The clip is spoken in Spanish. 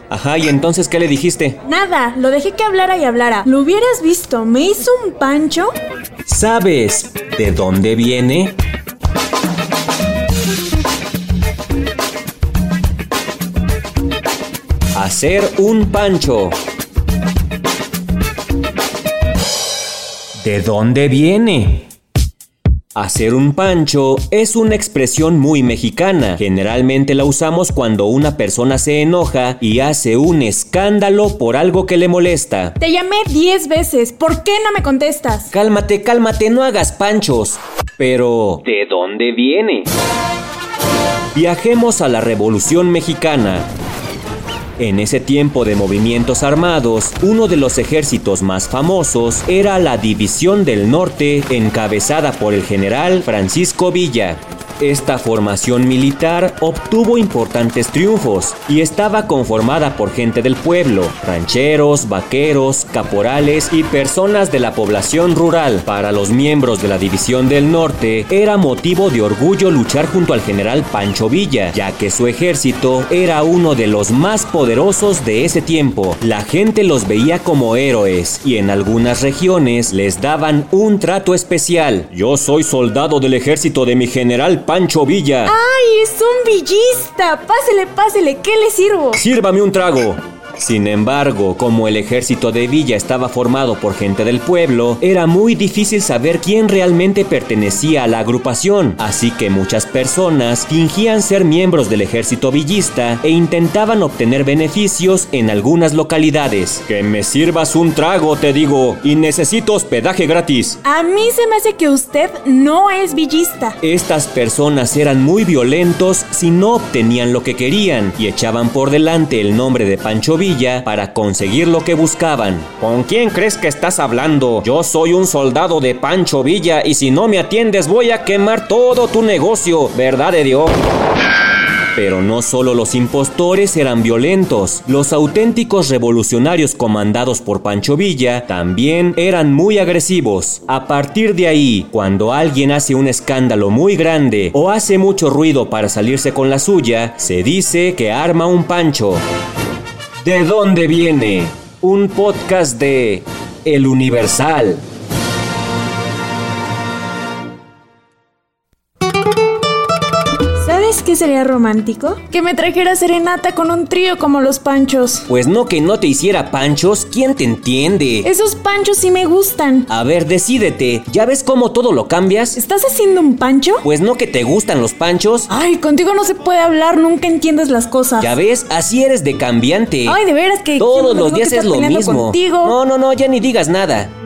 Ajá, ¿y entonces qué le dijiste? Nada, lo dejé que hablara y hablara. Lo hubieras visto, me hizo un pancho. ¿Sabes de dónde viene? Hacer un pancho. ¿De dónde viene? Hacer un pancho es una expresión muy mexicana. Generalmente la usamos cuando una persona se enoja y hace un escándalo por algo que le molesta. Te llamé 10 veces, ¿por qué no me contestas? Cálmate, no hagas panchos. Pero, ¿de dónde viene? Viajemos a la Revolución Mexicana. En ese tiempo de movimientos armados, uno de los ejércitos más famosos era la División del Norte, encabezada por el general Francisco Villa. Esta formación militar obtuvo importantes triunfos y estaba conformada por gente del pueblo, rancheros, vaqueros, caporales y personas de la población rural. Para los miembros de la División del Norte era motivo de orgullo luchar junto al general Pancho Villa, ya que su ejército era uno de los más poderosos de ese tiempo. La gente los veía como héroes y en algunas regiones les daban un trato especial. Yo soy soldado del ejército de mi general Pancho Villa. ¡Ay, es un villista! Pásele, ¿qué le sirvo? Sírvame un trago. Sin embargo, como el ejército de Villa estaba formado por gente del pueblo, era muy difícil saber quién realmente pertenecía a la agrupación, así que muchas personas fingían ser miembros del ejército villista e intentaban obtener beneficios en algunas localidades. Que me sirvas un trago, te digo, y necesito hospedaje gratis. A mí se me hace que usted no es villista. Estas personas eran muy violentos si no obtenían lo que querían y echaban por delante el nombre de Pancho Villa para conseguir lo que buscaban. ¿Con quién crees que estás hablando? Yo soy un soldado de Pancho Villa y si no me atiendes voy a quemar todo tu negocio, ¿verdad de Dios? Pero no solo los impostores eran violentos, los auténticos revolucionarios comandados por Pancho Villa también eran muy agresivos. A partir de ahí, cuando alguien hace un escándalo muy grande o hace mucho ruido para salirse con la suya, se dice que arma un pancho. ¿De dónde viene? Un podcast de El Universal. ¿Sabes qué sería romántico? Que me trajera serenata con un trío como los Panchos. Pues no que no te hiciera panchos, ¿quién te entiende? Esos Panchos sí me gustan. A ver, decídete, ¿ya ves cómo todo lo cambias? ¿Estás haciendo un pancho? Pues no que te gustan los panchos. Ay, contigo no se puede hablar, nunca entiendes las cosas. Ya ves, así eres de cambiante. Ay, de veras que todos los días es lo mismo. Contigo. No, ya ni digas nada.